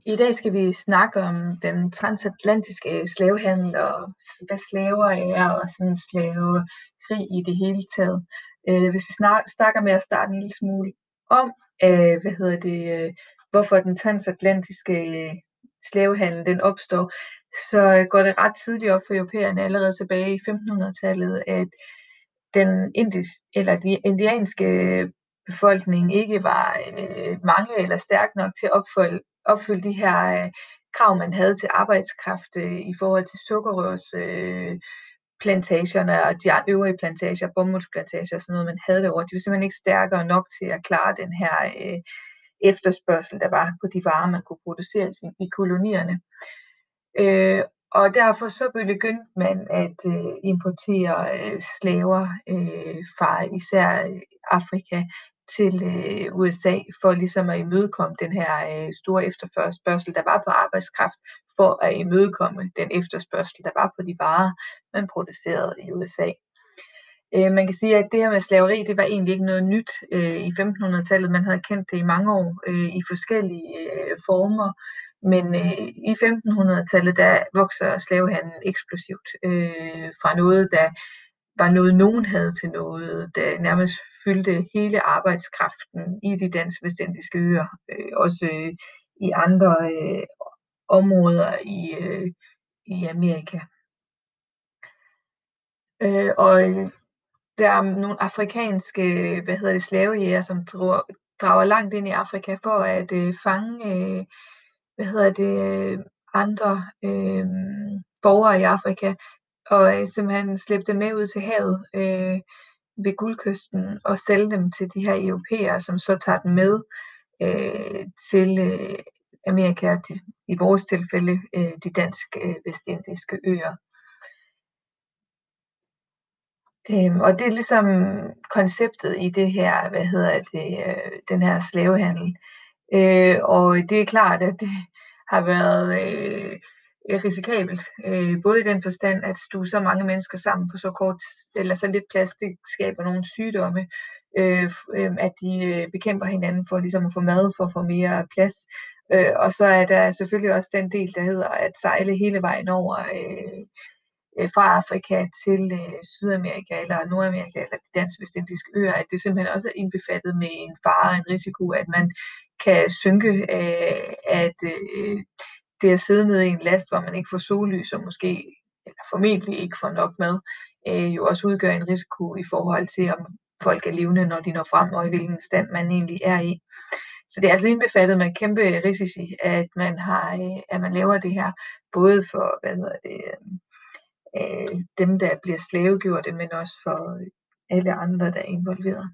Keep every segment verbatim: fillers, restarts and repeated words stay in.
I dag skal vi snakke om den transatlantiske slavehandel og hvad slaver er og sådan slaveri i det hele taget. Øh, hvis vi snak, snakker med at starte en lille smule om, øh, hvad hedder det, øh, hvorfor den transatlantiske øh, slavehandel den opstår, så går det ret tidligt op for europæerne allerede tilbage i femtenhundredetallet, at den indisk, eller de indianske befolkning ikke var øh, mange eller stærk nok til at opfylde, opfylde de her øh, krav, man havde til arbejdskraft øh, i forhold til sukkerrørs øh, plantagerne og de øvrige plantager, bomuldsplantager og sådan noget, man havde derovre. De var simpelthen ikke stærkere nok til at klare den her øh, efterspørgsel, der var på de varer, man kunne producere i, i kolonierne. Øh, og derfor så begyndte man at øh, importere øh, slaver øh, fra især Afrika til øh, U S A, for ligesom at imødekomme den her øh, store efterspørgsel, der var på arbejdskraft, for at imødekomme den efterspørgsel, der var på de varer, man producerede i U S A. Øh, man kan sige, at det her med slaveri, det var egentlig ikke noget nyt øh, i femtenhundredetallet. Man havde kendt det i mange år øh, i forskellige øh, former. Men øh, i femtenhundredetallet, der vokser slavehandlen eksplosivt øh, fra noget, der var noget, nogen havde til noget, der nærmest fyldte hele arbejdskraften i de dansk vestindiske øer, øh, også øh, i andre øh, områder i, øh, i Amerika. Øh, og der er nogle afrikanske, hvad hedder det, slavejæger, som drager, drager langt ind i Afrika for at øh, fange, øh, hvad hedder det, andre øh, borgere i Afrika, og øh, simpelthen slippe dem med ud til havet øh, ved Guldkysten og sælge dem til de her europæere, som så tager dem med øh, til øh, Amerika, de, i vores tilfælde øh, de danske øh, vestindiske øer. Øhm, og det er ligesom konceptet i det her, hvad hedder det, øh, den her slavehandel. Øh, og det er klart, at det har været øh, risikabelt, øh, både i den forstand, at stue så mange mennesker sammen på så kort, eller så lidt plads, det skaber nogle sygdomme, øh, øh, at de øh, bekæmper hinanden for ligesom at få mad, for at få mere plads. Øh, og så er der selvfølgelig også den del, der hedder at sejle hele vejen over øh, fra Afrika til øh, Sydamerika eller Nordamerika eller de dansk vestindiske øer, at det simpelthen også er indbefattet med en fare og en risiko, at man kan synke, øh, at øh, det at sidde nede i en last, hvor man ikke får sollys og måske, eller formentlig ikke får nok mad, øh, jo også udgør en risiko i forhold til, om folk er levende, når de når frem, og i hvilken stand man egentlig er i. Så det er altså indbefattet med kæmpe risici, at man har, øh, at man laver det her, både for, hvad hedder det, øh, dem, der bliver slavegjorte, men også for alle andre, der er involveret.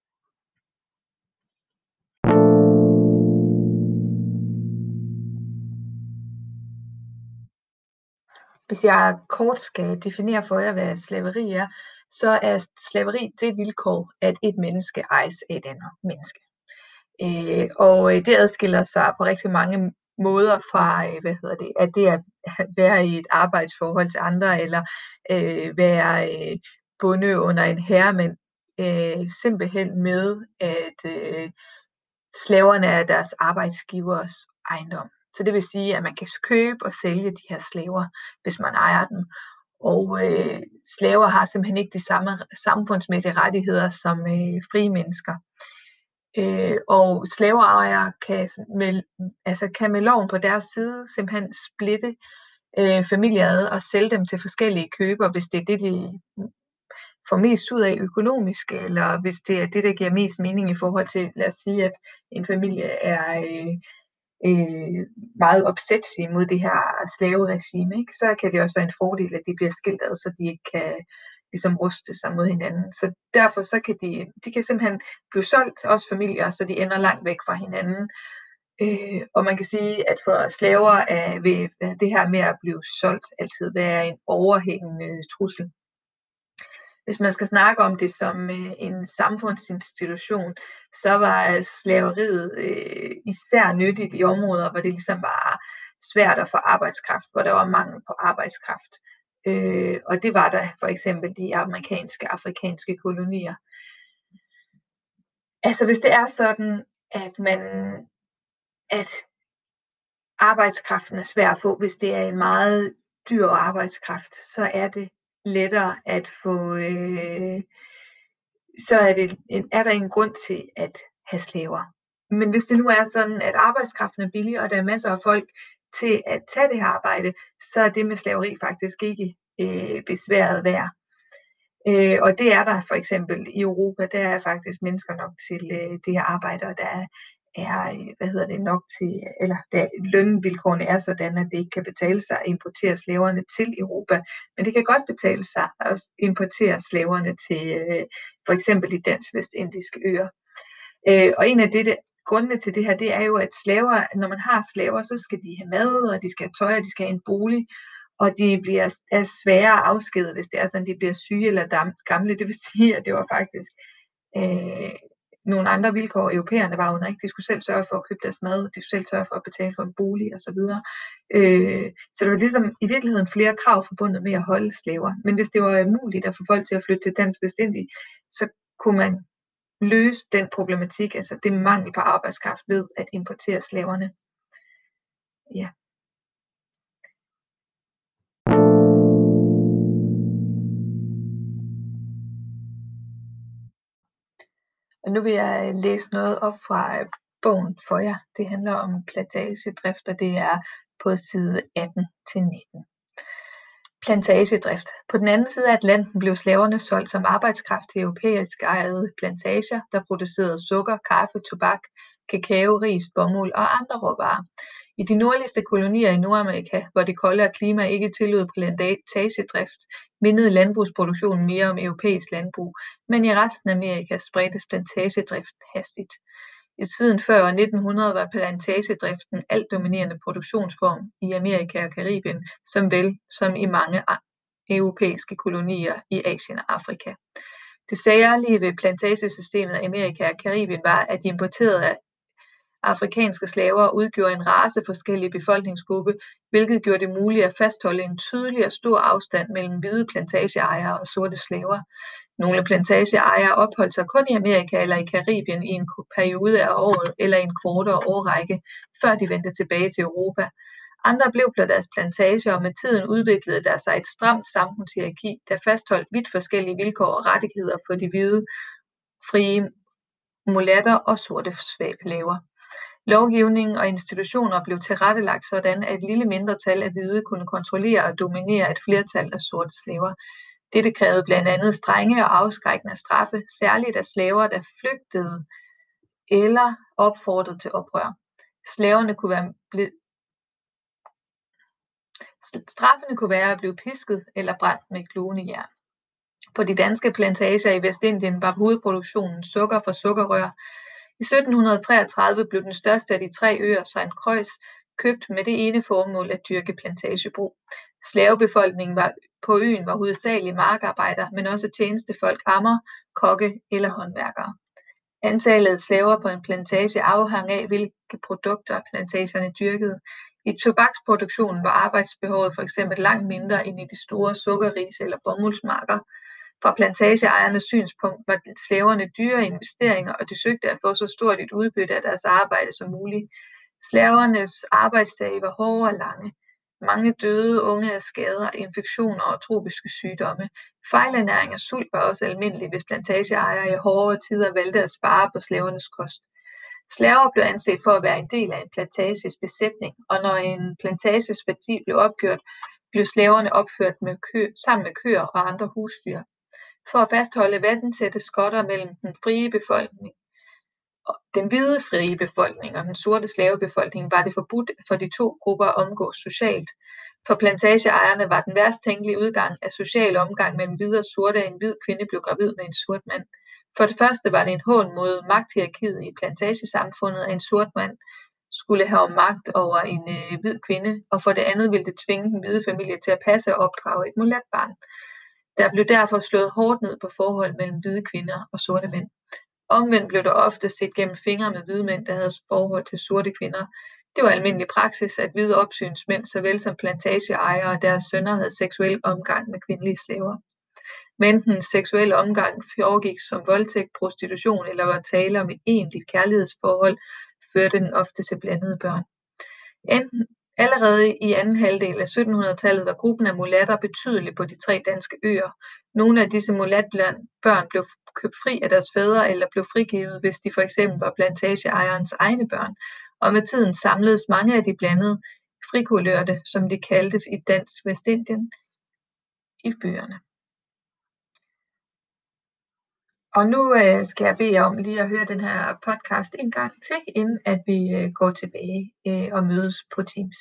Hvis jeg kort skal definere for jer, hvad slaveri er, så er slaveri det vilkår, at et menneske ejes af et andet menneske. Øh, og det adskiller sig på rigtig mange måder fra, hvad hedder det, at det er at være i et arbejdsforhold til andre, eller øh, være øh, bundet under en herre, men øh, simpelthen med, at øh, slaverne er deres arbejdsgivers ejendom. Så det vil sige, at man kan købe og sælge de her slaver, hvis man ejer dem. Og øh, slaver har simpelthen ikke de samme samfundsmæssige rettigheder som øh, frie mennesker. Øh, og slaveejere kan med, altså kan med loven på deres side simpelthen splitte øh, familier ad og sælge dem til forskellige købere, hvis det er det, de får mest ud af økonomisk, eller hvis det er det, der giver mest mening i forhold til, lad os sige, at en familie er øh, øh, meget opsætsige mod det her slaveregime, ikke? Så kan det også være en fordel, at de bliver skilt ad, så de ikke kan ligesom ruste sig mod hinanden. Så derfor så kan de, de kan simpelthen blive solgt, også familier, så de ender langt væk fra hinanden. Øh, og man kan sige, at for slaver er, vil det her med at blive solgt altid være en overhængende trussel. Hvis man skal snakke om det som øh, en samfundsinstitution, så var slaveriet øh, især nyttigt i områder, hvor det ligesom var svært at få arbejdskraft, hvor der var mangel på arbejdskraft. Øh, og det var der for eksempel de amerikanske, afrikanske kolonier. Altså hvis det er sådan, at man, at arbejdskraften er svær at få. Hvis det er en meget dyr arbejdskraft, så er det lettere at få, øh, så er, det, er der en grund til at have slaver. Men hvis det nu er sådan, at arbejdskraften er billig, og der er masser af folk til at tage det her arbejde, så er det med slaveri faktisk ikke øh, besværet værd. Øh, og det er der for eksempel i Europa, der er faktisk mennesker nok til øh, det her arbejde, og der er, er hvad hedder det, nok til, eller der, lønvilkårene er sådan, at det ikke kan betale sig at importere slaverne til Europa, men det kan godt betale sig at importere slaverne til øh, for eksempel de dansk vestindiske øer. Øh, og en af det, det, grundene til det her, det er jo, at slaver, når man har slaver, så skal de have mad, og de skal have tøj, og de skal have en bolig, og de bliver er svære at afskede, hvis det er sådan, de bliver syge eller gamle. Det vil sige, at det var faktisk øh, nogle andre vilkår, europæerne var under, ikke? De skulle selv sørge for at købe deres mad, de skulle selv sørge for at betale for en bolig osv. Øh, så det var ligesom i virkeligheden flere krav forbundet med at holde slaver. Men hvis det var muligt at få folk til at flytte til Dansk Vestindisk, så kunne man løse den problematik, altså det mangel på arbejdskraft ved at importere slaverne. Ja. Og nu vil jeg læse noget op fra bogen for jer. Det handler om plantagedrift, og det er på side atten til nitten. Plantagedrift. På den anden side af Atlanten blev slaverne solgt som arbejdskraft til europæisk ejede plantager, der producerede sukker, kaffe, tobak, kakao, ris, bomuld og andre råvarer. I de nordligste kolonier i Nordamerika, hvor det koldere klima ikke tillod plantagedrift, mindede landbrugsproduktionen mere om europæisk landbrug, men i resten af Amerika spredtes plantagedrift hastigt. I tiden før nitten hundrede var plantagedriften altdominerende produktionsform i Amerika og Karibien, som vel som i mange europæiske kolonier i Asien og Afrika. Det særlige ved plantagesystemet i Amerika og Karibien var, at de importerede afrikanske slaver udgjorde en raceforskellig befolkningsgruppe, hvilket gjorde det muligt at fastholde en tydelig og stor afstand mellem hvide plantageejere og sorte slaver. Nogle plantageejere opholdt sig kun i Amerika eller i Karibien i en periode af året eller i en kortere årrække, før de vendte tilbage til Europa. Andre blev på deres plantager, og med tiden udviklede der sig et stramt samfundshierarki, der fastholdt vidt forskellige vilkår og rettigheder for de hvide, frie mulatter og sorte slaver. Lovgivningen og institutioner blev tilrettelagt sådan, at et lille mindretal af hvide kunne kontrollere og dominere et flertal af sorte slaver. Dette krævede blandt andet strenge og afskrækkende straffe, særligt af slaver, der flygtede eller opfordrede til oprør. Slaverne kunne være blevet Straffene kunne være at blive pisket eller brændt med glødende jern. På de danske plantager i Vestindien var hovedproduktionen sukker fra sukkerrør. I sytten treogtredive blev den største af de tre øer, Saint Croix, købt med det ene formål at dyrke plantagebrug. Slavebefolkningen var på øen var hovedsageligt markarbejder, men også tjenestefolk, ammer, kokke eller håndværkere. Antallet af slaver på en plantage afhang af, hvilke produkter plantagerne dyrkede. I tobaksproduktionen var arbejdsbehovet for eksempel langt mindre end i de store sukkerris- eller bomuldsmarker. Fra plantageejernes synspunkt var slaverne dyre investeringer, og de søgte at få så stort et udbytte af deres arbejde som muligt. Slavernes arbejdsdage var hårde og lange. Mange døde unge af skader, infektioner og tropiske sygdomme. Fejlernæring og sult var også almindelig, hvis plantageejere i hårde tider valgte at spare på slavernes kost. Slaver blev anset for at være en del af en plantages besætning, og når en plantages værdi blev opgjort, blev slaverne opført med kø, sammen med køer og andre husdyr. For at fastholde vandtætte skotter mellem den frie befolkning, den hvide frie befolkning og den sorte slavebefolkning, var det forbudt for de to grupper at omgås socialt. For plantageejerne var den værst tænkelige udgang af social omgang mellem hvide og sorte, at en hvid kvinde blev gravid med en sort mand. For det første var det en hån mod magthierarkiet i plantagesamfundet, at en sort mand skulle have magt over en øh, hvid kvinde, og for det andet ville det tvinge den hvide familie til at passe og opdrage et mulatbarn. Der blev derfor slået hårdt ned på forhold mellem hvide kvinder og sorte mænd. Omvendt blev der ofte set gennem fingre med hvide mænd, der havde forhold til sorte kvinder. Det var almindelig praksis, at hvide opsynsmænd, såvel som plantageejere og deres sønner, havde seksuel omgang med kvindelige slaver. Men den seksuelle omgang foregik som voldtægt, prostitution eller var tale om et egentligt kærlighedsforhold, førte den ofte til blandede børn. Enten allerede i anden halvdel af syttenhundredetallet var gruppen af mulatter betydelig på de tre danske øer. Nogle af disse mulatbørn blev købt fri af deres fædre eller blev frigivet, hvis de for eksempel var plantageejerens egne børn, og med tiden samledes mange af de blandede frikulørte, som de kaldtes i Dansk Vestindien, i byerne. Og nu øh, skal jeg bede jer om lige at høre den her podcast en gang til, inden at vi øh, går tilbage øh, og mødes på Teams.